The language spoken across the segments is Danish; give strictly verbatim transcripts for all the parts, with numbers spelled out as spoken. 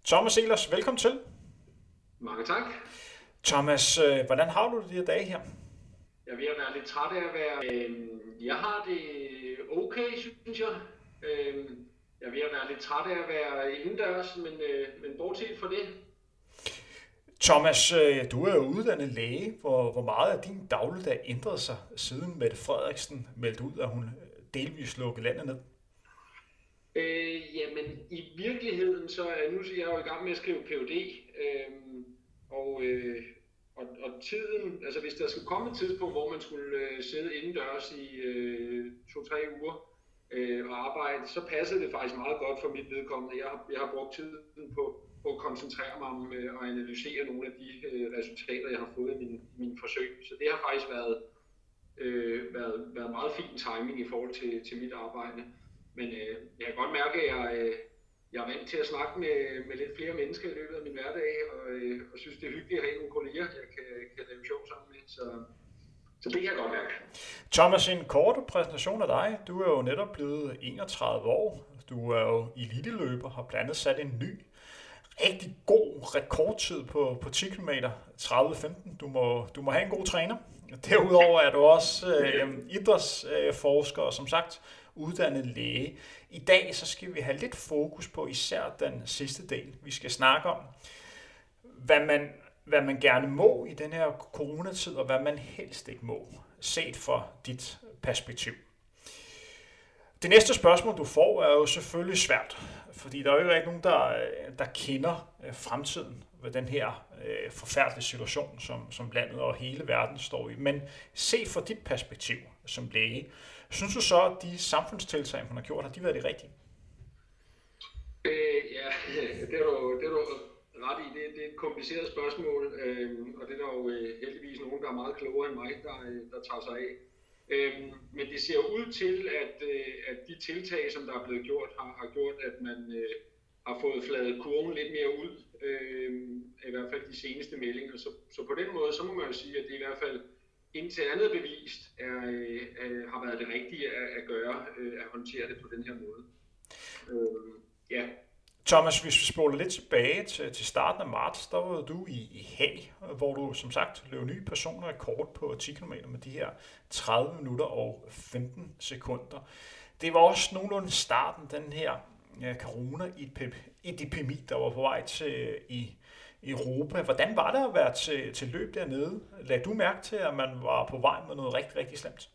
Thomas Ehlers, velkommen til. Mange tak. Thomas, hvordan har du det de her dage her? Jeg er ved at være lidt træt af at være... Jeg har det okay, synes jeg. Jeg er ved at være lidt træt af at være indendørs, men, men bortset fra det. Thomas, du er jo uddannet læge. Hvor, hvor meget af din dagligdag ændrede sig, siden Mette Frederiksen meldte ud, at hun delvis lukkede landet ned? Øh, jamen, i virkeligheden, så er nu så jeg jo i gang med at skrive P H D, øh, og, øh, og, og tiden, altså hvis der skulle komme et tidspunkt, hvor man skulle øh, sidde indendørs i øh, to-tre uger øh, og arbejde, så passede det faktisk meget godt for mit vedkommende. Jeg har, jeg har brugt tiden på, på at koncentrere mig om øh, og analysere nogle af de øh, resultater, jeg har fået i min, min forsøg. Så det har faktisk været, øh, været, været meget fin timing i forhold til, til mit arbejde. Men øh, jeg kan godt mærke, at jeg, øh, jeg er vant til at snakke med, med lidt flere mennesker i løbet af min hverdag, og, øh, og synes, det er hyggeligt at have nogle kolleger, jeg kan, kan lave show sammen med. Så, så det kan jeg godt mærke. Thomas, en kort præsentation af dig. Du er jo netop blevet enogtredive år. Du er jo eliteløber, har blandt andet sat en ny, rigtig god rekordtid på, på ti kilometer, tredive femten. Du må, du må have en god træner. Derudover er du også øh, idrætsforsker og som sagt uddannet læge. I dag så skal vi have lidt fokus på især den sidste del. Vi skal snakke om, hvad man, hvad man gerne må i den her coronatid, og hvad man helst ikke må, set fra dit perspektiv. Det næste spørgsmål, du får, er jo selvfølgelig svært, fordi der er jo ikke nogen, der, der kender fremtiden ved den her øh, forfærdelige situation, som, som landet og hele verden står i. Men set fra dit perspektiv som læge, synes du så, at de samfundstiltag, man har gjort, har de været de rigtige? Øh, ja, det er du, det er du ret i. Det, det er et kompliceret spørgsmål, øh, og det er der jo øh, heldigvis nogen, der er meget klogere end mig, der, der tager sig af. Øhm, men det ser ud til, at, øh, at de tiltag, som der er blevet gjort, har, har gjort, at man øh, har fået fladet kurven lidt mere ud, øh, i hvert fald de seneste meldinger. Så, så på den måde, så må man jo sige, at det i hvert fald indtil andet bevist er, øh, har været det rigtige at, at gøre, øh, at håndtere det på den her måde. Øh, ja. Thomas, hvis vi spoler lidt tilbage til, til starten af marts, der var du i, i Haag, hvor du som sagt løb ny personrekord på ti kilometer med de her tredive minutter og femten sekunder. Det var også nogenlunde starten, den her ja, corona-epidemi, der var på vej til i Europa. Hvordan var det at være til, til løb dernede? Lagde du mærke til, at man var på vej med noget rigtig, rigtig slemt?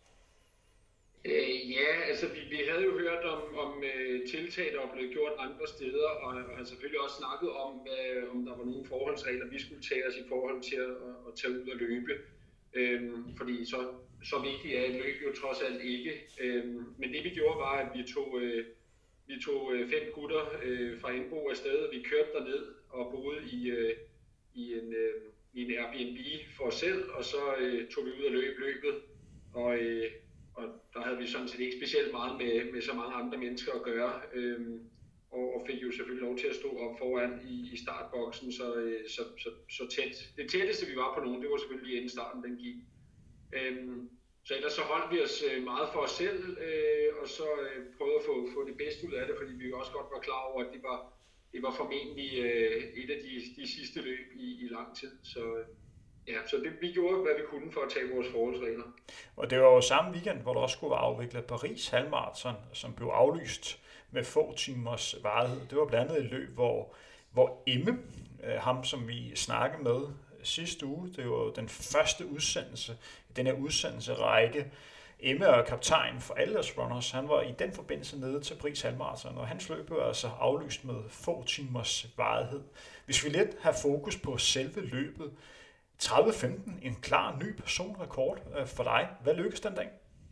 Øh, ja, altså vi, vi havde jo hørt om, om øh, tiltag, der var blevet gjort andre steder, og, og har selvfølgelig også snakket om, øh, om der var nogle forholdsregler, vi skulle tage os i forhold til at, at tage ud og løbe. Øh, fordi så, så vigtigt er et løb jo trods alt ikke. Øh, men det vi gjorde var, at vi tog, øh, vi tog øh, fem gutter øh, fra Indbo afsted. Vi kørte derned og boede i, øh, i, en, øh, i en Airbnb for os selv, og så øh, tog vi ud og løb løbet. Og, øh, Og der havde vi sådan set ikke specielt meget med, med så mange andre mennesker at gøre, øhm, og, og fik jo selvfølgelig lov til at stå op foran i, i startboksen, så, øh, så, så, så tæt. Det tætteste vi var på nogen, det var selvfølgelig inden starten den gik. Øhm, så ellers så holdt vi os meget for os selv, øh, og så øh, prøvede at få, få det bedste ud af det, fordi vi jo også godt var klar over, at det var, det var formentlig øh, et af de, de sidste løb i, i lang tid. Så, ja, så det, vi gjorde, hvad vi kunne for at tage vores forholdsregler. Og det var jo samme weekend, hvor der også skulle være afviklet Paris halvmarathon, som blev aflyst med få timers varighed. Det var blandt andet et løb, hvor, hvor Emme, ham som vi snakkede med sidste uge, det var den første udsendelse i den her udsendelserække. Emme er kaptajn for Atlas Runners. Han var i den forbindelse nede til Paris halvmarathon, og hans løb var altså aflyst med få timers varighed. Hvis vi lidt har fokus på selve løbet, tredive femten, en klar ny personrekord for dig. Hvad lykkedes den dag?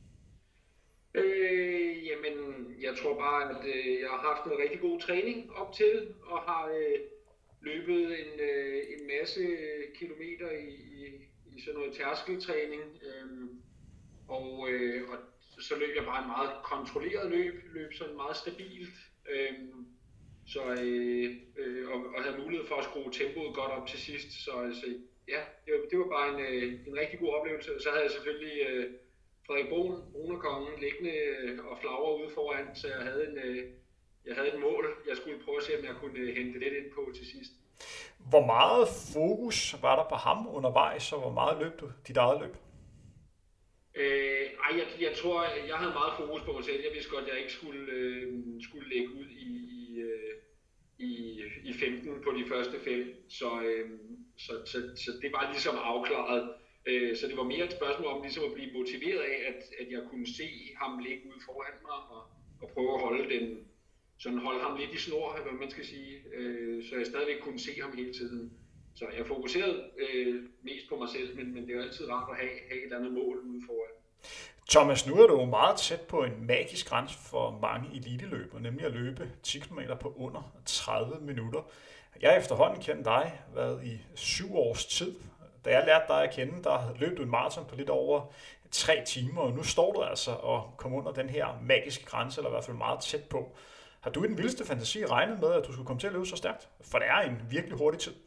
Øh, jamen, jeg tror bare, at øh, jeg har haft noget rigtig god træning op til, og har øh, løbet en, øh, en masse kilometer i, i, i sådan noget tærskeltræning. Øh, og, øh, og så løb jeg bare en meget kontrolleret løb, løb sådan meget stabilt. Øh, så øh, øh, og, og havde mulighed for at skrue tempoet godt op til sidst. Så altså, ja, det var, det var bare en, en rigtig god oplevelse. Så havde jeg selvfølgelig øh, Frederik Brun, Brunerkongen, liggende og flagre ude foran, så jeg havde en, øh, jeg havde et mål, jeg skulle prøve at se, om jeg kunne hente lidt ind på til sidst. Hvor meget fokus var der på ham undervejs, og hvor meget løb du dit eget løb? Øh, ej, jeg, jeg tror, jeg havde meget fokus på mig selv. Jeg vidste godt, at jeg ikke skulle, øh, skulle lægge ud i, i, øh, i, i femten på de første fem. Så, øh, så, så, så det var ligesom afklaret. Øh, så det var mere et spørgsmål om ligesom at blive motiveret af, at, at jeg kunne se ham ligge ude foran mig og, og prøve at holde den, sådan holde ham lidt i snor, hvad man skal sige. Øh, så jeg stadigvæk kunne se ham hele tiden. Så jeg fokuserede øh, mest på mig selv, men, men det er jo altid rart at have, have et eller andet mål ude foran. Thomas, nu er du meget tæt på en magisk grænse for mange eliteløbere, nemlig at løbe ti kilometer på under tredive minutter. Jeg har efterhånden kendt dig været i syv års tid. Da jeg lærte dig at kende, der løb du en maraton på lidt over tre timer, og nu står du altså og kommer under den her magiske grænse, eller i hvert fald meget tæt på. Har du i den vildeste fantasi regnet med, at du skulle komme til at løbe så stærkt? For det er en virkelig hurtig tid.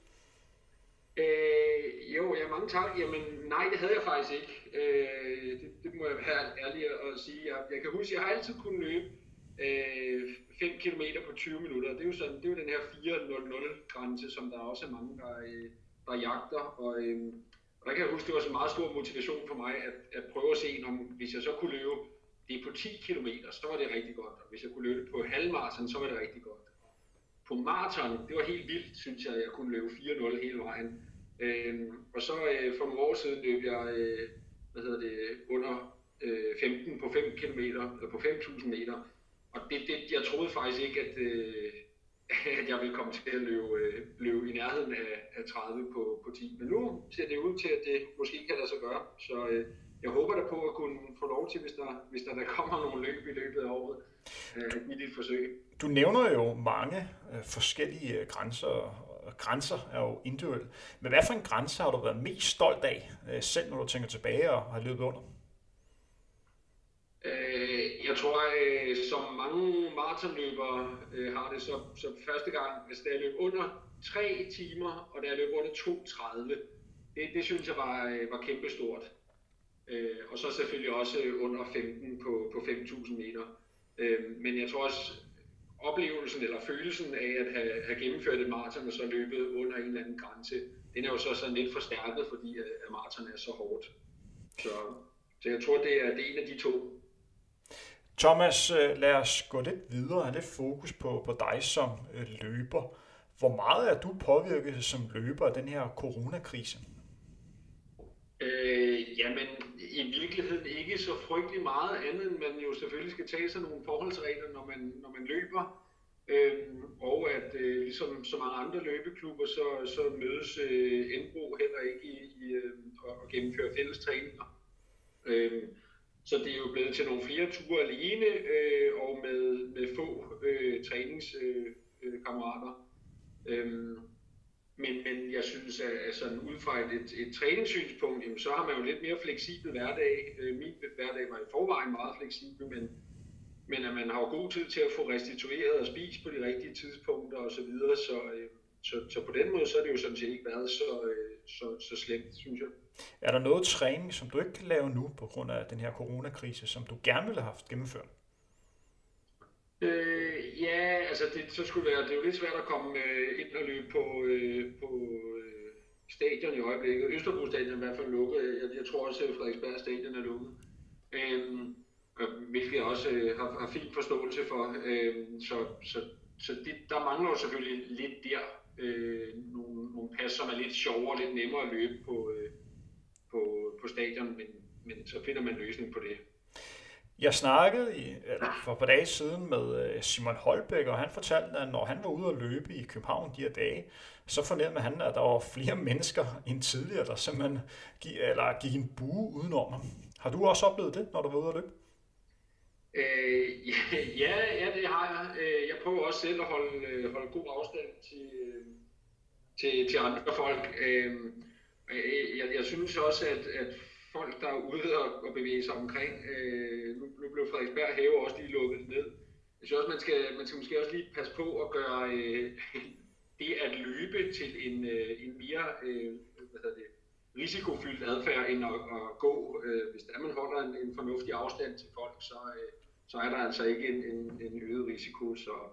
Øh, jo, ja, mange tak. Jamen, nej, det havde jeg faktisk ikke. Øh, det, det må jeg være ærlig at sige. Jeg, jeg kan huske, at jeg har altid kunnet løbe øh, fem kilometer på tyve minutter. Det er jo, sådan, det er jo den her fire nul nul grænse, som der også er mange, der, der jagter. Og, øh, og der kan jeg huske, det var så en meget stor motivation for mig, at, at prøve at se, om hvis jeg så kunne løbe det på ti kilometer, så var det rigtig godt. Og hvis jeg kunne løbe på halvmaraton, så var det rigtig godt. På maraton, det var helt vildt, synes jeg, at jeg kunne løbe fire nul hele vejen. Øhm, og så øh, for nogle år siden løb jeg øh, hvad hedder det, under øh, femten på fem kilometer, eller på fem tusind meter. Og det, det, jeg troede faktisk ikke, at, øh, at jeg ville komme til at løbe, øh, løbe i nærheden af, af tredive på, på ti. Men nu ser det ud til, at det måske kan lade sig gøre. Så øh, jeg håber da på at kunne få lov til, hvis der, hvis der, der kommer nogle løb i løbet af året, øh, i dit forsøg. Du nævner jo mange øh, forskellige grænser, og grænser er jo individuelle. Men hvad for en grænse har du været mest stolt af, øh, selv når du tænker tilbage og har løbet under? Øh, jeg tror, øh, som mange maratonløbere øh, har det, så, så første gang, hvis da jeg løb under tre timer, og da jeg løb under to tredive, det, det synes jeg var, øh, var kæmpestort. Øh, og så selvfølgelig også under femten på, på fem tusind meter. Øh, men jeg tror også, oplevelsen eller følelsen af at have, have gennemført et maraton og så løbet under en eller anden grænse, den er jo så sådan lidt forstærket, fordi at maraton er så hårdt. Så, så jeg tror, det er, det er en af de to. Thomas, lad os gå lidt videre, have lidt fokus på, på dig som løber. Hvor meget er du påvirket som løber af den her coronakrise? Øh, jamen, i virkeligheden ikke så frygtelig meget andet, end man jo selvfølgelig skal tage sig nogle forholdsregler, når man, når man løber. Øhm, og at øh, ligesom så mange andre løbeklubber, så, så mødes øh, Enbro heller ikke i, i øh, at gennemføre fælles træninger. Øhm, så det er jo blevet til nogle flere ture alene øh, og med, med få øh, træningskammerater. Øh, øhm, Men, men jeg synes, at sådan ud fra et, et, et træningssynspunkt, jamen, så har man jo lidt mere fleksibel hverdag. Min hverdag var i forvejen meget fleksibel, men, men at man har god tid til at få restitueret og spise på de rigtige tidspunkter osv. Så, så, så, så på den måde, så er det jo sådan set ikke været så, så, så slemt, synes jeg. Er der noget træning, som du ikke kan lave nu på grund af den her coronakrise, som du gerne ville have haft gennemført? Øh, ja, altså det, så skulle være, det er jo lidt svært at komme øh, ind og løbe på, øh, på øh, stadion i øjeblikket. Østerbro stadion er i hvert fald lukket. Jeg, jeg tror også, at Frederiksberg stadion er lukket. Øhm, hvilket jeg også øh, har, har fin forståelse for. Øhm, så så, så det, der mangler jo selvfølgelig lidt der. Øh, nogle, nogle pas, som er lidt sjovere og lidt nemmere at løbe på, øh, på, på stadion, men, men så finder man en løsning på det. Jeg snakkede i, for et par dage siden med Simon Holbæk, og han fortalte, at når han var ude at løbe i København de her dage, så fornemmede han, at der var flere mennesker end tidligere, der simpelthen gik, eller gik en bue udenom ham. Har du også oplevet det, når du var ude at løbe? Øh, ja, ja, det har jeg. Jeg prøver også selv at holde, holde god afstand til, til, til andre folk. Jeg, jeg synes også, at, at folk, der er ude og, og bevæge sig omkring. Øh, nu, nu blev Frederiksberg Have også lige lukket ned. Jeg synes også, man skal, man skal måske også lige passe på at gøre øh, det at løbe til en, øh, en mere øh, hvad hedder det, risikofyldt adfærd, end at, at gå. Øh, hvis der man holder en, en fornuftig afstand til folk, så, øh, så er der altså ikke en, en, en øget risiko. Så,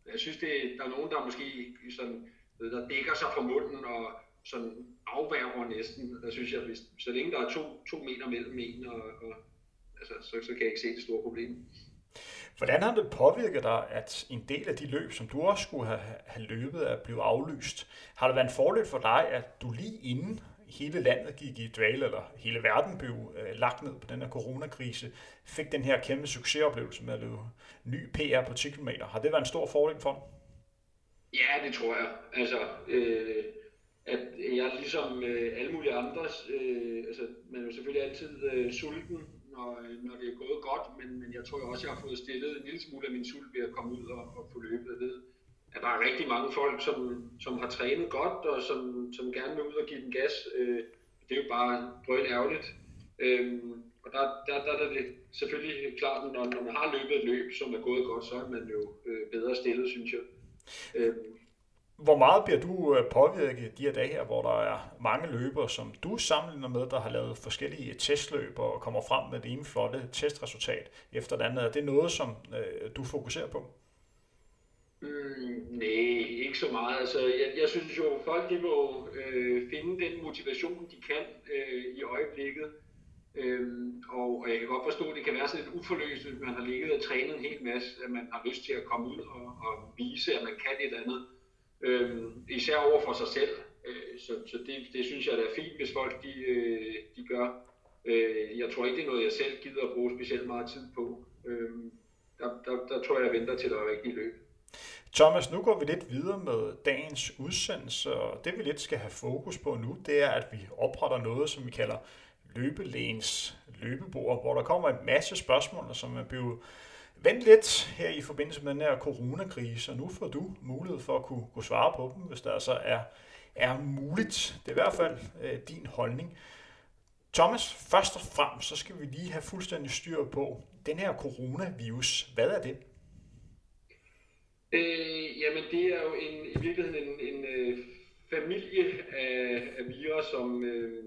Jeg synes, det, der er nogen, der måske sådan, der dækker sig for munden og sådan afværger næsten. Der synes jeg, hvis, så længe der er to, to meter mellem en, og, og, altså, så, så kan jeg ikke se det store problem. Hvordan har det påvirket dig, at en del af de løb, som du også skulle have, have løbet, er blevet aflyst? Har det været en fordel for dig, at du lige inden hele landet gik i dvale, eller hele verden blev øh, lagt ned på den her coronakrise, fik den her kæmpe succesoplevelse med at løbe ny P R på ti kilometer? Har det været en stor fordel for dig? Ja, det tror jeg. Altså, øh, at jeg ligesom øh, alle mulige andres, øh, altså man er jo selvfølgelig altid øh, sulten, når, når det er gået godt, men, men jeg tror også, jeg har fået stillet en lille smule af min sult ved at komme ud og, og få løbet. Jeg ved, at der er rigtig mange folk, som, som har trænet godt, og som, som gerne vil ud og give den gas. Øh, det er jo bare drøn ærgerligt. Øh, og der, der, der, der er det selvfølgelig klart, når, når man har løbet et løb, som er gået godt, så er man jo øh, bedre stillet, synes jeg. Øh, Hvor meget bliver du påvirket de her dage her, hvor der er mange løbere, som du sammenligner med, der har lavet forskellige testløb og kommer frem med det ene flotte testresultat efter det andet? Er det noget, som øh, du fokuserer på? Mm, nej, ikke så meget. Altså, jeg, jeg synes jo, at folk de må øh, finde den motivation, de kan øh, i øjeblikket. Øhm, og, og jeg kan godt forstå, at det kan være sådan lidt uforløst, hvis man har ligget og trænet en hel masse, at man har lyst til at komme ud og, og vise, at man kan et andet. Øhm, især over for sig selv. Øh, så så det, det synes jeg, det er fint, hvis folk de, øh, de gør. Øh, jeg tror ikke, det er noget, jeg selv gider at bruge specielt meget tid på. Øh, der, der, der tror jeg, jeg venter til, der er rigtig løb. Thomas, nu går vi lidt videre med dagens udsendelse, og det vi lidt skal have fokus på nu, det er, at vi opretter noget, som vi kalder løbelægens løbebord, hvor der kommer en masse spørgsmål, som er blevet vendt lidt her i forbindelse med den her coronakrise, og nu får du mulighed for at kunne, kunne svare på dem, hvis der altså er, er muligt. Det er i hvert fald øh, din holdning. Thomas, først og fremmest, så skal vi lige have fuldstændig styr på den her coronavirus. Hvad er det? Øh, jamen, det er jo en, i virkeligheden en, en øh, familie af, af virer, som, øh,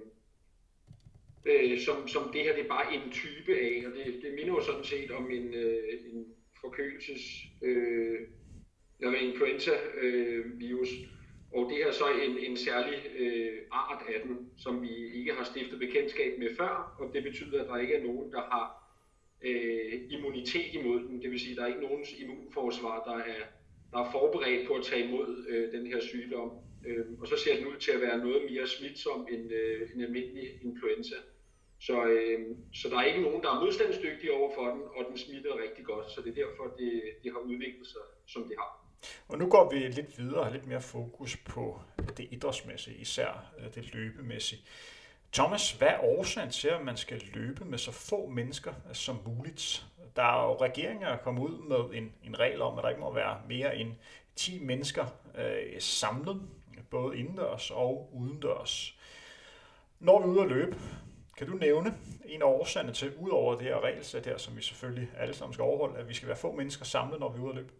øh, som, som det her det er bare en type af, og det, det minder jo sådan set om en, øh, en forkølelses, øh, eller influenza-virus, øh, og det er så en, en særlig øh, art af den, som vi ikke har stiftet bekendtskab med før, og det betyder, at der ikke er nogen, der har Øh, immunitet imod den, det vil sige, at der er ikke nogens immunforsvar, der er, der er forberedt på at tage imod øh, den her sygdom. Øh, og så ser den ud til at være noget mere smitsom end øh, en almindelig influenza. Så, øh, så der er ikke nogen, der er modstandsdygtige over for den, og den smitter rigtig godt. Så det er derfor, det, det har udviklet sig, som det har. Og nu går vi lidt videre og har lidt mere fokus på det idrætsmæssige, især det løbemæssige. Thomas, hvad er årsagen til, at man skal løbe med så få mennesker som muligt? Der er jo regeringer, der kommer ud med en, en regel om, at der ikke må være mere end ti mennesker øh, samlet, både indendørs og udendørs. Når vi er ude at løbe, kan du nævne en af årsagerne til, ud over det her regelsæt her, som vi selvfølgelig alle sammen skal overholde, at vi skal være få mennesker samlet, når vi er ude at løbe?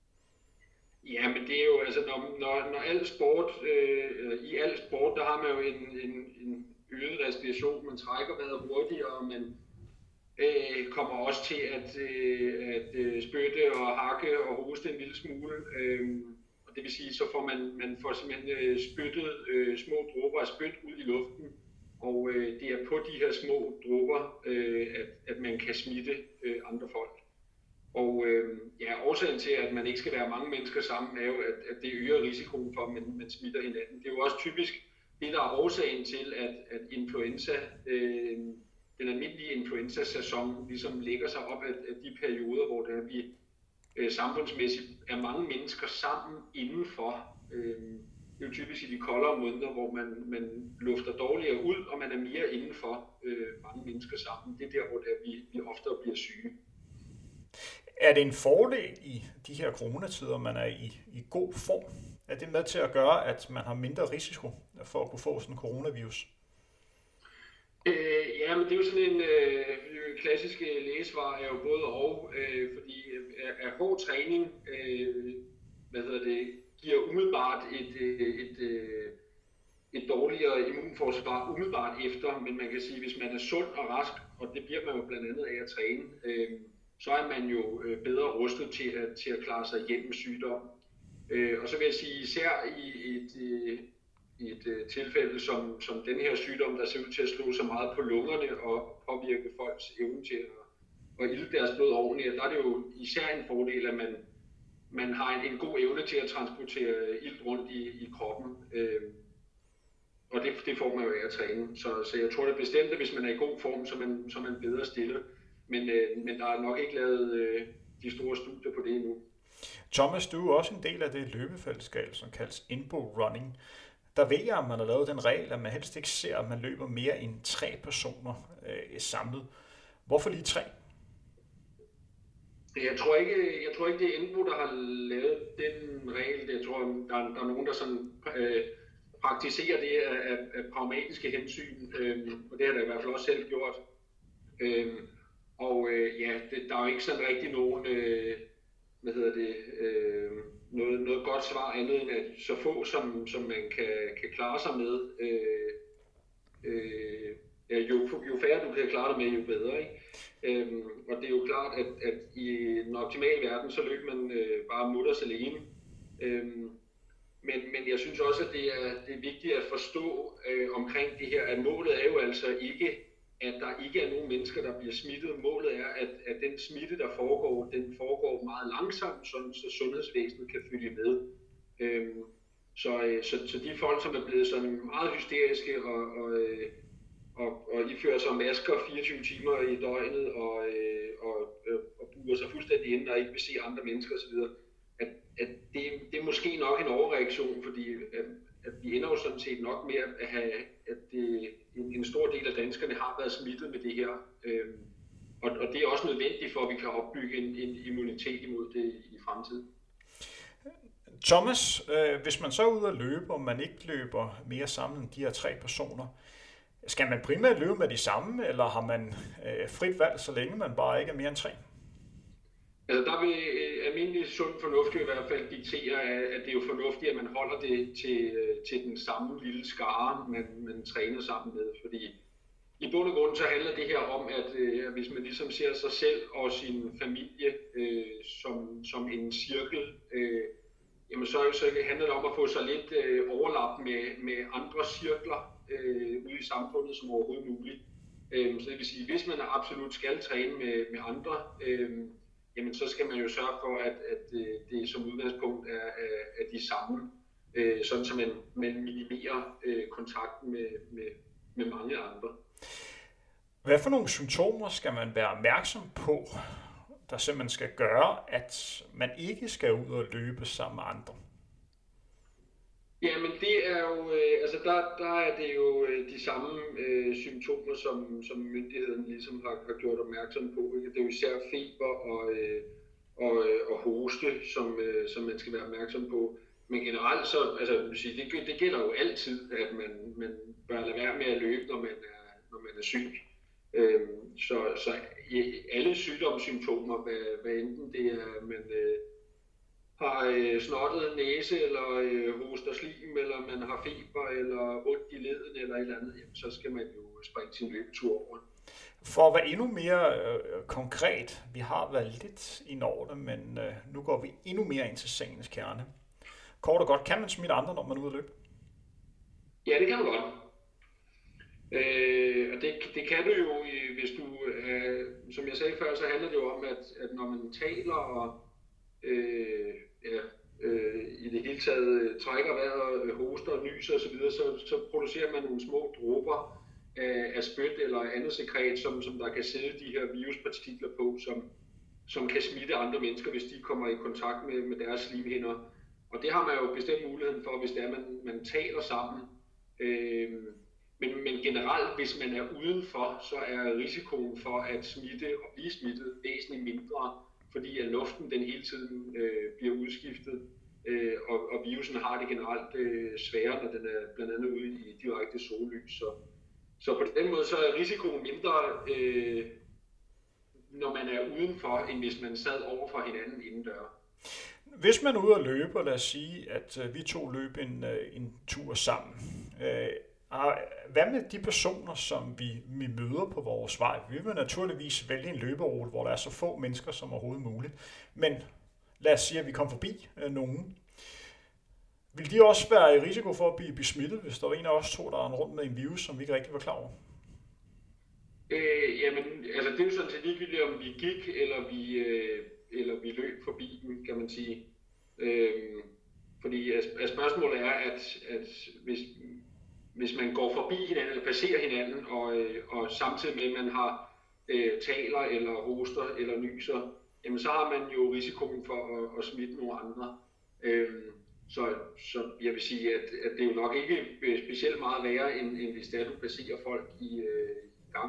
Ja, men det er jo, altså, når, når, når al sport, øh, i al sport, der har man jo en, en, en øget respiration, man trækker vejret hurtigere, og man øh, kommer også til at, øh, at øh, spytte og hakke og hoste en lille smule. Øh, og det vil sige, så får man, man får simpelthen øh, spyttet øh, små dråber af spyt ud i luften, og øh, det er på de her små dråber, øh, at, at man kan smitte øh, andre folk. Og øh, ja, årsagen til, at man ikke skal være mange mennesker sammen, er jo, at, at det øger risikoen for, at man, man smitter hinanden. Det er jo også typisk det, der er årsagen til, at, at influenza, øh, den almindelige influenza-sæson ligesom lægger sig op af, af de perioder, hvor der vi øh, samfundsmæssigt er mange mennesker sammen indenfor. Øh, det er jo typisk i de koldere måneder, hvor man, man lufter dårligere ud, og man er mere indenfor øh, mange mennesker sammen. Det er der, hvor der, vi, vi oftere bliver syge. Er det en fordel i de her coronatider, man er i, i god form? Er det med til at gøre, at man har mindre risiko for at kunne få sådan en coronavirus? Øh, ja, men det er jo sådan en øh, klassisk lægesvar er jo både og, øh, fordi at, at hård træning øh, hvad hedder det, giver umiddelbart et, et, et, et dårligere immunforsvar umiddelbart efter, men man kan sige, hvis man er sund og rask, og det bliver man jo blandt andet af at træne, øh, så er man jo øh, bedre rustet til at, til at klare sig igennem sygdommen. Øh, og så vil jeg sige, især i et, øh, i et øh, tilfælde som, som den her sygdom, der ser ud til at slå så meget på lungerne og påvirke folks evne til at, at ilde deres blod ordentligt, der er det jo især en fordel, at man, man har en, en god evne til at transportere ilt rundt i, i kroppen. Øh, og det, det får man jo af at træne. Så, så jeg tror det er bestemt, at hvis man er i god form, så er man, så er man bedre stillet. Men, øh, men der er nok ikke lavet øh, de store studier på det endnu. Thomas, du er også en del af det løbefællesskab, som kaldes Inbo Running. Der ved jeg, at man har lavet den regel, at man helst ikke ser, at man løber mere end tre personer øh, samlet. Hvorfor lige tre? Jeg tror ikke, jeg tror ikke det er Inbo, der har lavet den regel. Jeg tror, der, der er nogen, der sådan, øh, praktiserer det af, af, af pragmatiske hensyn, øh, og det har der i hvert fald også selv gjort. Øh, og øh, ja, det, der er jo ikke sådan rigtig nogen, øh, hvad hedder det, øh, noget, noget godt svar andet end at så få, som, som man kan, kan klare sig med. Øh, øh, ja, jo, jo færre du kan klare dig med, jo bedre, ikke? Øhm, og det er jo klart, at, at i den optimale verden, så løber man øh, bare mutters alene. Øhm, men, men jeg synes også, at det er, det er vigtigt at forstå øh, omkring det her, at målet er jo altså ikke, at der ikke er nogen mennesker, der bliver smittet. Målet er, at, at den smitte, der foregår, den foregår meget langsomt, sådan, så sundhedsvæsenet kan følge med. Øhm, så, så, så de folk, som er blevet sådan meget hysteriske og, og Og, og ifører sig masker fireogtyve timer i døgnet og, øh, og, øh, og buer sig fuldstændig inde og ikke vil se andre mennesker osv., at, at det, det er måske nok en overreaktion, fordi at, at vi ender jo sådan set nok med at have, at det, en, en stor del af danskerne har været smittet med det her. Øh, og, og det er også nødvendigt for, at vi kan opbygge en, en immunitet imod det i fremtiden. Thomas, øh, hvis man så er ude at løbe, og man ikke løber mere sammen end de her tre personer, skal man primært løbe med de samme, eller har man øh, frit valg, så længe man bare ikke er mere end tre? Altså der vil øh, almindelig sund fornuft i hvert fald diktere, at det er jo fornuftigt, at man holder det til, øh, til den samme lille skare, man, man træner sammen med. Fordi i bund og grund så handler det her om, at øh, hvis man ligesom ser sig selv og sin familie øh, som, som en cirkel, øh, jamen så, så handler det om at få sig lidt øh, overlap med, med andre cirkler, Øh, ude i samfundet som overhovedet muligt. Øh, så det vil sige, hvis man absolut skal træne med, med andre, øh, jamen så skal man jo sørge for, at, at øh, det som udgangspunkt er, er, er de samme, øh, sådan så man, man minimerer øh, kontakten med, med, med mange andre. Hvad for nogle symptomer skal man være opmærksom på, der simpelthen skal gøre, at man ikke skal ud og løbe sammen med andre? Ja, men det er jo, øh, altså der, der er det jo øh, de samme øh, symptomer, som, som myndigheden ligesom har, har gjort opmærksom på. Ikke? Det er jo især feber og, øh, og, øh, og hoste, som, øh, som man skal være opmærksom på. Men generelt så, altså det, det gælder jo altid, at man, man bør lade være med at løbe, når man er, når man er syg. Øh, så, så alle sygdomssymptomer, hvad, hvad enten det er, man øh, har øh, snottet næse, eller øh, hoster slim, eller man har feber, eller ondt i leden, eller et eller andet, jamen, så skal man jo springe sin løbetur over. For at være endnu mere øh, konkret, vi har været lidt i Norge, men øh, nu går vi endnu mere ind til sagens kerne. Kort og godt, kan man smitte andre, når man er ude at løbe? Ja, det kan man godt. Øh, og det, det kan du jo, hvis du, øh, som jeg sagde før, så handler det jo om, at, at når man taler og øh, ja, øh, i det hele taget trækker vejret, hoster og nyser osv., så, så producerer man nogle små dråber af, af spyt eller andet sekret, som, som der kan sidde de her viruspartikler på, som, som kan smitte andre mennesker, hvis de kommer i kontakt med, med deres slimhinder. Og det har man jo bestemt muligheden for, hvis det er, man, man taler sammen. Øh, men, men generelt, hvis man er udenfor, så er risikoen for at smitte og blive smittet væsentligt mindre, fordi at luften den hele tiden øh, bliver udskiftet, øh, og, og virusen har det generelt øh, sværere, når den er blandt andet ude i direkte sollys. Så, så på den måde så er risikoen mindre, øh, når man er udenfor, end hvis man sad over for hinanden indendør. Hvis man er ude at løbe, og lad os sige, at vi to løb en, en tur sammen. Øh, Og hvad med de personer, som vi, vi møder på vores vej? Vi vil naturligvis vælge en løberute, hvor der er så få mennesker som overhovedet muligt. Men lad os sige, at vi kom forbi øh, nogen. Vil de også være i risiko for at blive, blive smittet, hvis der var en af os to, der er rundt med en virus, som vi ikke rigtig var klar over? Øh, jamen, altså det er jo sådan set ligegyldigt, om vi gik, eller vi, øh, eller vi løb forbi dem, kan man sige. Øh, fordi at, at spørgsmålet er, at, at hvis, hvis man går forbi hinanden, eller passerer hinanden, og, øh, og samtidig med, at man har øh, taler, eller hoster, eller nyser, jamen så har man jo risikoen for at, at smitte nogle andre. Øh, så, så jeg vil sige, at, at det er jo nok ikke specielt meget værre, end, end hvis det er, du passerer folk i, øh, i gang.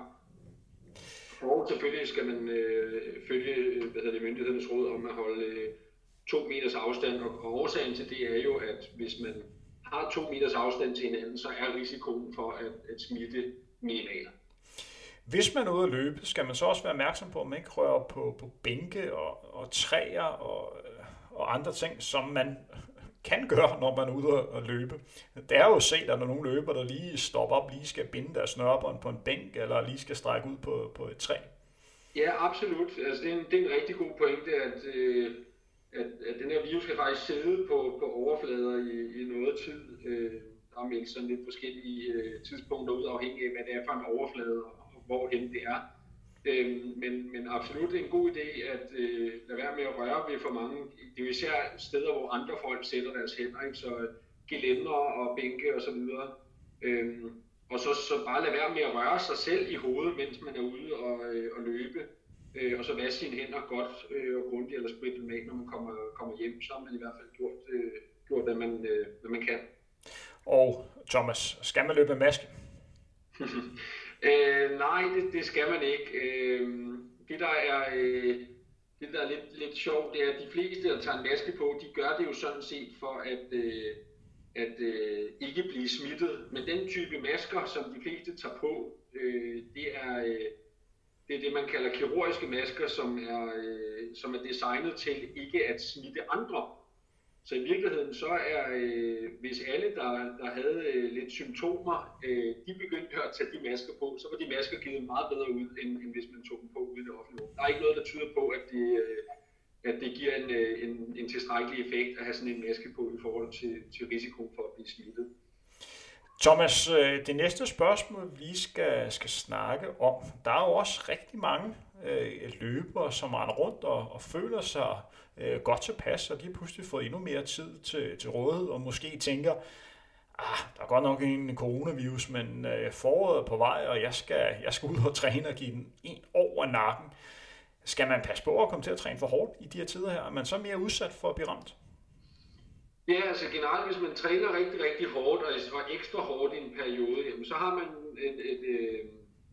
Og selvfølgelig skal man øh, følge hvad hedder det, myndighedernes råd om at holde øh, to meters afstand, og, og årsagen til det er jo, at hvis man har to meters afstand til hinanden, så er risikoen for at, at smitte minimal. Hvis man er ude at løbe, skal man så også være opmærksom på, at man ikke rører på, på bænke og, og træer og, og andre ting, som man kan gøre, når man er ude at løbe. Det er jo set, at der er nogle løber, der lige stopper op, lige skal binde deres snørebånd på en bænk, eller lige skal strække ud på, på et træ. Ja, absolut. Altså, det, er en, det er en rigtig god pointe, at, øh, at, at den her virus skal faktisk sidde på, på overflader i, i noget tid. Øh, der er meldt sådan lidt forskellige øh, tidspunkter ud, afhængig af, hvad det er for en overflade, og hvorhen det er. Øh, men, men absolut en god idé at øh, lade være med at røre ved for mange. Det er jo især steder, hvor andre folk sætter deres hænder, ikke? Så gelænder og bænke og så videre. Øh, og så, så bare lade være med at røre sig selv i hovedet, mens man er ude og, øh, og løbe. Øh, og så vaske sine hænder godt øh, og grundigt, eller spritte dem af, når man kommer, kommer hjem. Så har man i hvert fald gjort, øh, gjort hvad, man, øh, hvad man kan. Og Thomas, skal man løbe med maske? øh, nej, det, det skal man ikke. Øh, det der er, øh, det, der er lidt, lidt sjovt, det er, at de fleste, der tager en maske på, de gør det jo sådan set for at, øh, at øh, ikke blive smittet. Men den type masker, som de fleste tager på, øh, det er... Øh, Det er det, man kalder kirurgiske masker, som er, øh, som er designet til ikke at smitte andre. Så i virkeligheden så er, øh, hvis alle, der, der havde øh, lidt symptomer, øh, de begyndte at tage de masker på, så var de masker givet meget bedre ud, end, end hvis man tog dem på ude i det offentlige. Der er ikke noget, der tyder på, at det, øh, at det giver en, øh, en, en tilstrækkelig effekt at have sådan en maske på i forhold til, til risiko for at blive smittet. Thomas, det næste spørgsmål, vi skal, skal snakke om, der er jo også rigtig mange øh, løbere, som render rundt og, og føler sig øh, godt tilpas, og de har pludselig fået endnu mere tid til, til rådighed, og måske tænker, ah, der er godt nok en coronavirus, men øh, foråret er på vej, og jeg skal, jeg skal ud og træne og give den en over nakken. Skal man passe på at komme til at træne for hårdt i de her tider her? Er man så mere udsat for at blive ramt? Ja, altså generelt, hvis man træner rigtig, rigtig hårdt og ekstra hårdt i en periode, jamen, så har man et, et, et,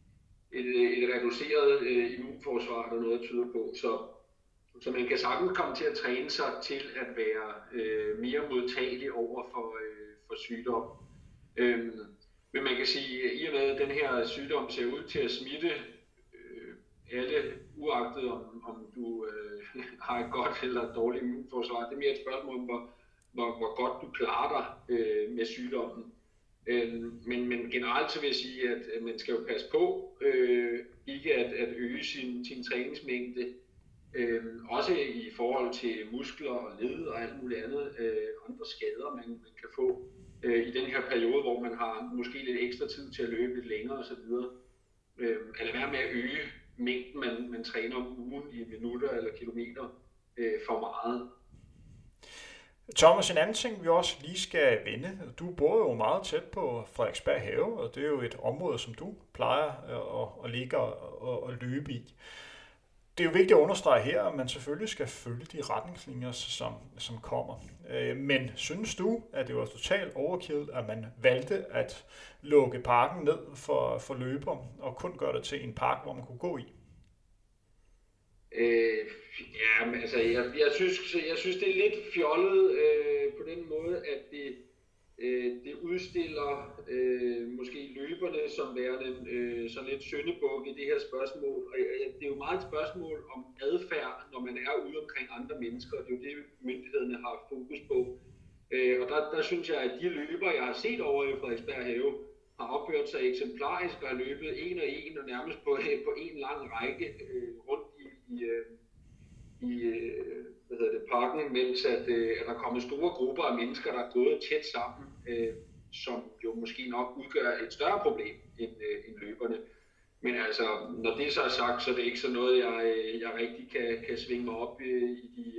et, et reduceret immunforsvar, der noget tyder på. Så, så man kan sagtens komme til at træne sig til at være øh, mere modtagelig over for, øh, for sygdom. Øhm, men man kan sige, at i og med at den her sygdom ser ud til at smitte øh, alle, uagtet om, om du øh, har et godt eller et dårligt immunforsvar, det er mere et spørgsmål om, hvor Hvor, hvor godt du klarer dig øh, med sygdommen. Øh, men, men generelt så vil jeg sige, at, at man skal jo passe på øh, ikke at, at øge sin, sin træningsmængde. Øh, også i forhold til muskler og led og alt muligt andet, øh, andre skader, man, man kan få øh, i den her periode, hvor man har måske lidt ekstra tid til at løbe lidt længere osv. Øh, eller være med at øge mængden, man, man træner om ugen i minutter eller kilometer øh, for meget. Thomas, en anden ting, vi også lige skal vende. Du bor jo meget tæt på Frederiksberg Have, og det er jo et område, som du plejer at, at ligge og at løbe i. Det er jo vigtigt at understrege her, at man selvfølgelig skal følge de retningslinjer, som, som kommer. Men synes du, at det var totalt overkill, at man valgte at lukke parken ned for, for løbere, og kun gøre det til en park, hvor man kunne gå i? Øh, ja, men altså, jeg, jeg, synes, jeg synes, det er lidt fjollet øh, på den måde, at det, øh, det udstiller øh, måske løberne som værende øh, sådan lidt syndebuk i det her spørgsmål. Og øh, det er jo meget et spørgsmål om adfærd, når man er ude omkring andre mennesker, og det er jo det, myndighederne har fokus på. Øh, og der, der synes jeg, at de løbere, jeg har set over i Frederiksberg Have, har opført sig eksemplarisk og har løbet en og en og nærmest på, på en lang række øh, rundt i, i, øh, i øh, hvad hedder det, parken, mens at, øh, at der er kommet store grupper af mennesker, der er gået tæt sammen, øh, som jo måske nok udgør et større problem end, øh, end løberne. Men altså, når det så er sagt, så er det ikke så noget, jeg, jeg rigtig kan, kan svinge mig op øh, i de,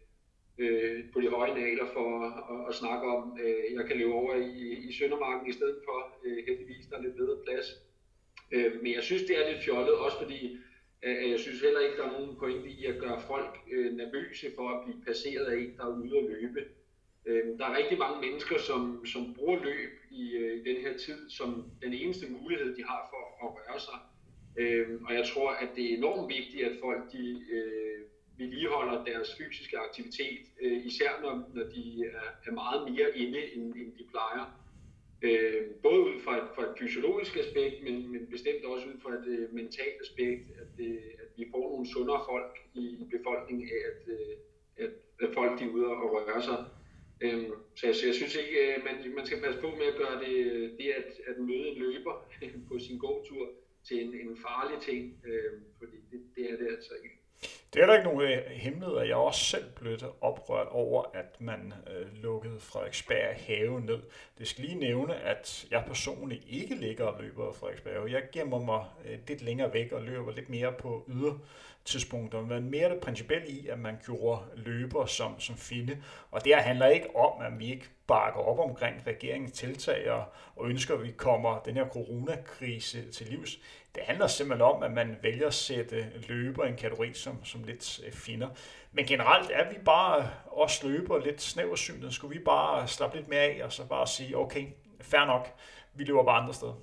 øh, på de høje naler for at, at snakke om. Øh, jeg kan løbe over i, i Søndermarken i stedet for, øh, heldigvis der er lidt bedre plads. Øh, men jeg synes, det er lidt fjollet, også fordi øh, jeg synes heller ikke, der er nogen pointe i at gøre folk øh, nervøse for at blive passeret af en, der er ude at løbe. Øh, der er rigtig mange mennesker, som, som bruger løb i, øh, i den her tid som den eneste mulighed, de har for at røre sig. Øh, og jeg tror, at det er enormt vigtigt, at folk de, øh, vedligeholder deres fysiske aktivitet, øh, især når, når de er, er meget mere inde, end, end de plejer. Øh, både ud fra et, fra et fysiologisk aspekt, men, men bestemt også ud fra et uh, mentalt aspekt, at, uh, at vi får nogle sundere folk i, i befolkningen af, at, uh, at, at folk de er ude og røre sig. Øh, så jeg, så jeg synes ikke, at man, man skal passe på med at gøre det, det at, at møde en løber på sin gåtur til en, en farlig ting, øh, fordi det, det er det altså ikke. Det er der ikke nogen hemmelighed, at jeg også selv blev oprørt over, at man øh, lukkede Frederiksberg have ned. Det skal lige nævne, at jeg personligt ikke ligger og løber Frederiksberg. Jeg gemmer mig øh, lidt længere væk og løber lidt mere på ydertidspunkter, men mere det principielle i, at man gjorde løber som, som finde. Og det handler ikke om, at vi ikke bakker op omkring regeringens tiltag og, og ønsker, at vi kommer den her coronakrise til livs. Det handler simpelthen om, at man vælger at sætte løber i en kategori som, som lidt finder. Men generelt er vi bare os løber lidt snæversynet. Skulle vi bare slappe lidt mere af og så bare sige, okay, fair nok, vi løber bare andre steder.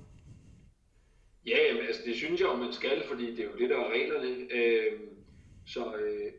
Ja, jamen, altså det synes jeg, man skal, fordi det er jo det, der er reglerne. Øh, så, øh,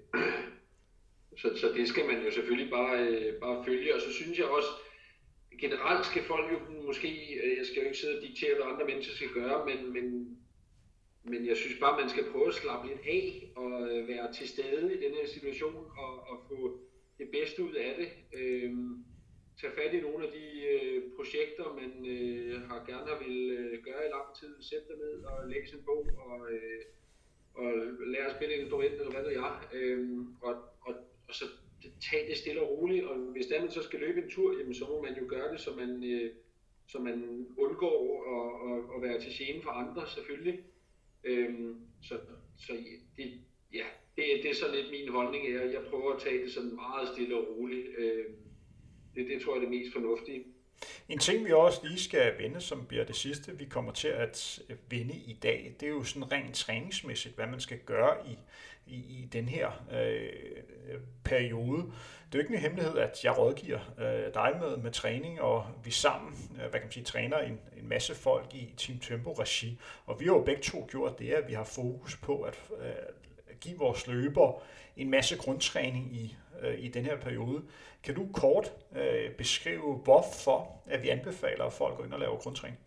så, så det skal man jo selvfølgelig bare, øh, bare følge. Og så synes jeg også, generelt skal folk jo måske, jeg skal jo ikke sidde og diktere, hvad andre mennesker skal gøre, men, men Men jeg synes bare, man skal prøve at slappe lidt af og være til stede i den her situation og, og få det bedste ud af det. Øhm, tage fat i nogle af de øh, projekter, man øh, har gerne vil øh, gøre i lang tid. Sæt dig ned og læse en bog og, øh, og lære at spille en instrument eller hvad ved jeg. Øhm, og, og, og så tage det stille og roligt. Og hvis der man så skal løbe en tur, jamen, så må man jo gøre det, så man, øh, så man undgår at, at, at være til gene for andre selvfølgelig. Øhm, så så det, ja, det, det er så lidt min holdning. Jeg, jeg prøver at tage det sådan meget stille og roligt. Øhm, det, det tror jeg er det mest fornuftige. En ting, vi også lige skal vende, som bliver det sidste, vi kommer til at vende i dag, det er jo sådan rent træningsmæssigt, hvad man skal gøre i, i, i den her øh, periode. Det er jo ikke en hemmelighed, at jeg rådgiver øh, dig med, med træning, og vi sammen, øh, hvad kan man sige, træner en, en masse folk i Team Tempo-regi. Og vi har jo begge to gjort det, at vi har fokus på at øh, give vores løbere en masse grundtræning i, øh, i den her periode. Kan du kort øh, beskrive, hvorfor at vi anbefaler, at folk går ind og laver grundtræning?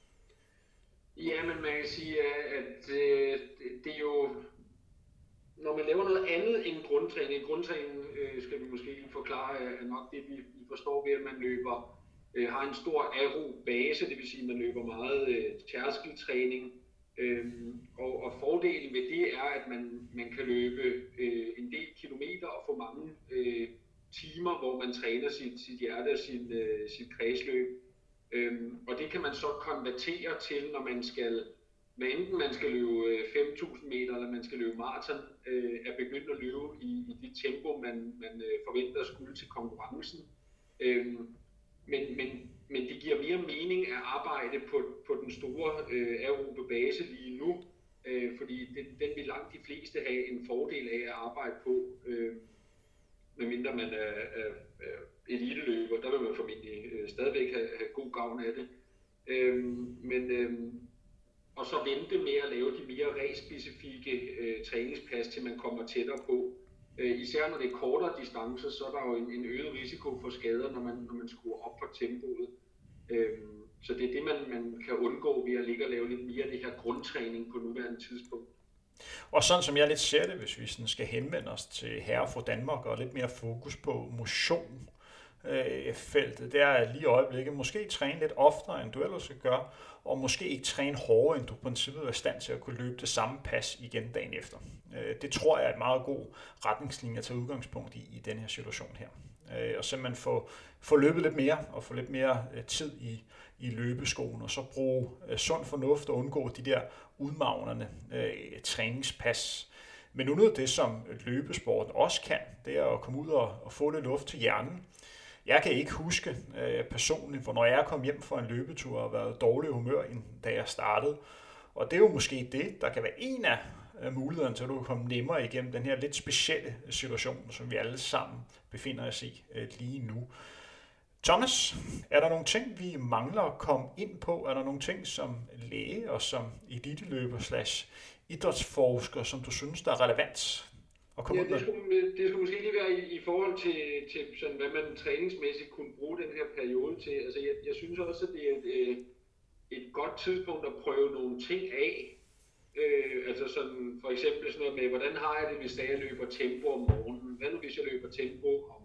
Ja, men man kan sige, at øh, det, det er jo, når man laver noget andet end grundtræning, grundtræning øh, skal vi måske lige forklare, er nok det, vi, vi forstår ved, at man løber, øh, har en stor aerobase, det vil sige, at man løber meget øh, tærskeltræning. Øhm, og, og fordelen ved det er, at man, man kan løbe øh, en del kilometer og få mange øh, timer, hvor man træner sit, sit hjerte og sin, øh, sit kredsløb. Øhm, og det kan man så konvertere til, når man skal, hvad enten man skal løbe fem tusind meter eller man skal løbe maraton, øh, er begyndt at løbe i, i det tempo, man, man øh, forventer at skulle til konkurrencen. Øhm, men, men, men det giver mere mening at arbejde på, på den store øh, aerobe base lige nu, øh, fordi den, den vil langt de fleste have en fordel af at arbejde på, øh, medmindre man er, er, er eliteløber. Der vil man formentlig øh, stadigvæk have, have god gavn af det. Øh, men, øh, og så vente med at lave de mere ræsspecifikke øh, træningspas, til man kommer tættere på. Øh, især når det er kortere distancer, så er der jo en, en øget risiko for skader, når man, når man skruer op for tempoet. Øh, så det er det, man, man kan undgå ved at ligge og lave lidt mere af det her grundtræning på nuværende tidspunkt. Og sådan som jeg lidt ser det, hvis vi sådan skal henvende os til herre fra Danmark og lidt mere fokus på motion, øh, feltet, det er at lige i øjeblikket måske træne lidt oftere, end du ellers skal gøre, og måske ikke træne hårdere, end du på princippet er i stand til at kunne løbe det samme pas igen dagen efter. Øh, det tror jeg er et meget god retningslinje at tage udgangspunkt i, i den her situation her. Øh, og simpelthen få, få løbet lidt mere, og få lidt mere øh, tid i, i løbeskoen, og så bruge øh, sund fornuft og undgå de der udmagnende øh, træningspas. Men nu noget det, som løbesporten også kan, det er at komme ud og, og få lidt luft til hjernen. Jeg kan ikke huske øh, personligt, hvornår jeg kom hjem fra en løbetur og været dårlig humør, end da jeg startede. Og det er jo måske det, der kan være en af øh, mulighederne til, at du kan komme nemmere igennem den her lidt specielle situation, som vi alle sammen befinder os i øh, lige nu. Thomas, er der nogle ting, vi mangler at komme ind på? Er der nogle ting som læge og som eliteløber slash idrætsforsker, som du synes, der er relevant at komme ja, ud med? Det skulle, det skulle måske lige være i, i forhold til, til sådan, hvad man træningsmæssigt kunne bruge den her periode til. Altså, jeg, jeg synes også, at det er et, et godt tidspunkt at prøve nogle ting af. Øh, altså sådan, for eksempel sådan noget med, hvordan har jeg det, hvis jeg løber tempo om morgenen? Hvad nu, hvis jeg løber tempo om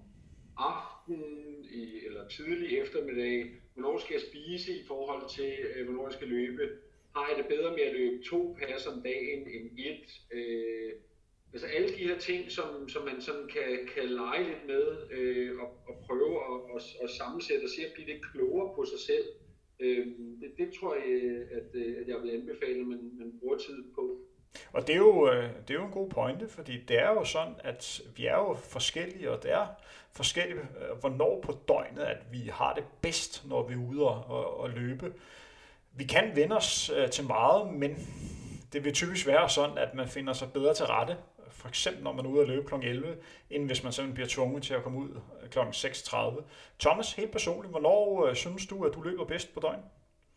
aftenen i, eller tidlig eftermiddag? Hvornår skal jeg spise i forhold til, øh, hvornår jeg skal løbe? Har jeg det bedre med at løbe to pas om dagen end et? Øh, altså alle de her ting, som, som man sådan kan, kan lege lidt med øh, og, og prøve at og, og sammensætte og se at blive lidt klogere på sig selv. Øh, det, det tror jeg, at, at jeg vil anbefale, at man, man bruger tid på. Og det er, jo, det er jo en god pointe, fordi det er jo sådan, at vi er jo forskellige, og det er forskelligt, hvornår på døgnet, at vi har det bedst, når vi er ude og, og, og løbe. Vi kan vende os til meget, men det vil typisk være sådan, at man finder sig bedre til rette, for eksempel når man er ude at løbe klokken elleve, end hvis man simpelthen bliver tvunget til at komme ud klokken seks tredive. Thomas, helt personligt, hvornår synes du, at du løber bedst på døgn?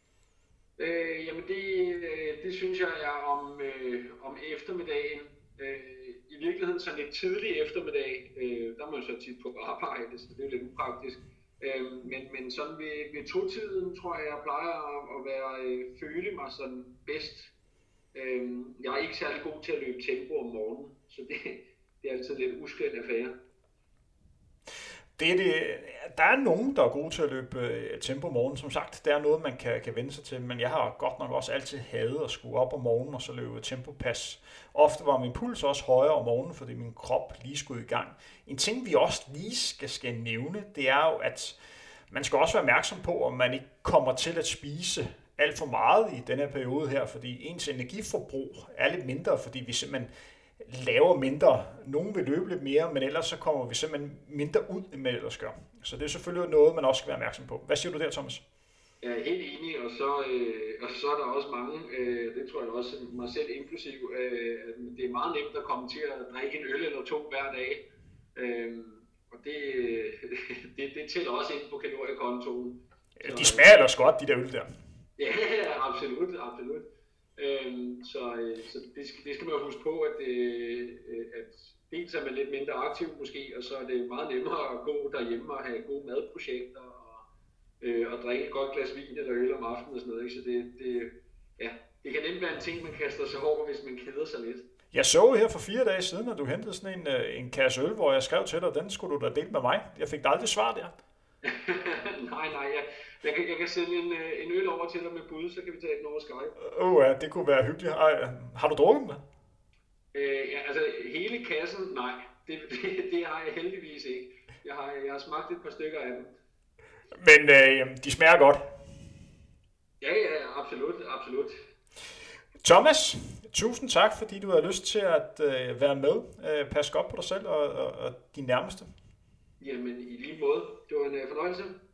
Øh, jamen det, det synes jeg er om, øh, om eftermiddagen. Øh, I virkeligheden sådan lidt tidlig eftermiddag, øh, der er man så tit på arbejde, så det er jo lidt upraktisk. Øh, men, men sådan ved, ved to-tiden, tror jeg, jeg plejer at, at være, øh, føle mig sådan bedst. Øh, jeg er ikke særlig god til at løbe tempo om morgenen, så det, det er altid lidt uskøn affære. Det er det, der er nogen, der er gode til at løbe tempo om morgenen. Som sagt, det er noget, man kan, kan vende sig til, men jeg har godt nok også altid hadet at skulle op om morgenen og så løbe tempopas. Ofte var min puls også højere om morgenen, fordi min krop lige skulle i gang. En ting, vi også lige skal, skal nævne, det er jo, at man skal også være opmærksom på, om man ikke kommer til at spise alt for meget i den her periode her, fordi ens energiforbrug er lidt mindre, fordi vi simpelthen laver mindre. Nogle vil løbe lidt mere, men ellers så kommer vi simpelthen mindre ud, end man ellers gør. Så det er selvfølgelig noget, man også skal være opmærksom på. Hvad siger du der, Thomas? Jeg er helt enig, og så, øh, og så er der også mange, øh, det tror jeg også mig selv inklusiv, øh, det er meget nemt at komme til at drikke en øl eller to hver dag. Øh, og det, det, det tæller også ind på kaloriekontoen. Ja, de smager ellers godt, de der øl der. Ja, absolut, absolut. Øhm, så så det, skal, det skal man huske på, at, øh, at dels er man lidt mindre aktiv måske, og så er det meget nemmere at gå derhjemme og have gode madprojekter og, øh, og drikke et godt glas vin eller øl om aftenen og sådan noget. Ikke? Så det, det, ja, det kan nemt være en ting, man kaster sig over, hvis man keder sig lidt. Jeg så her for fire dage siden, at du hentede sådan en, en kasse øl, hvor jeg skrev til dig, den skulle du da dele med mig. Jeg fik da aldrig svar der. nej, nej, jeg, jeg, kan, jeg kan sende en, en øl over til dig med bud, så kan vi tage den over Skype. Åh oh, ja, det kunne være hyggeligt. Ej, har du drukket den? Øh, ja, altså hele kassen, nej, det, det, det har jeg heldigvis ikke. Jeg har, jeg har smagt et par stykker af dem. Men øh, de smager godt. Ja, ja, absolut, absolut. Thomas, tusind tak, fordi du har lyst til at øh, være med. Øh, pas godt på dig selv og, og, og de nærmeste. Jamen, i lige måde. Det var en fornøjelse.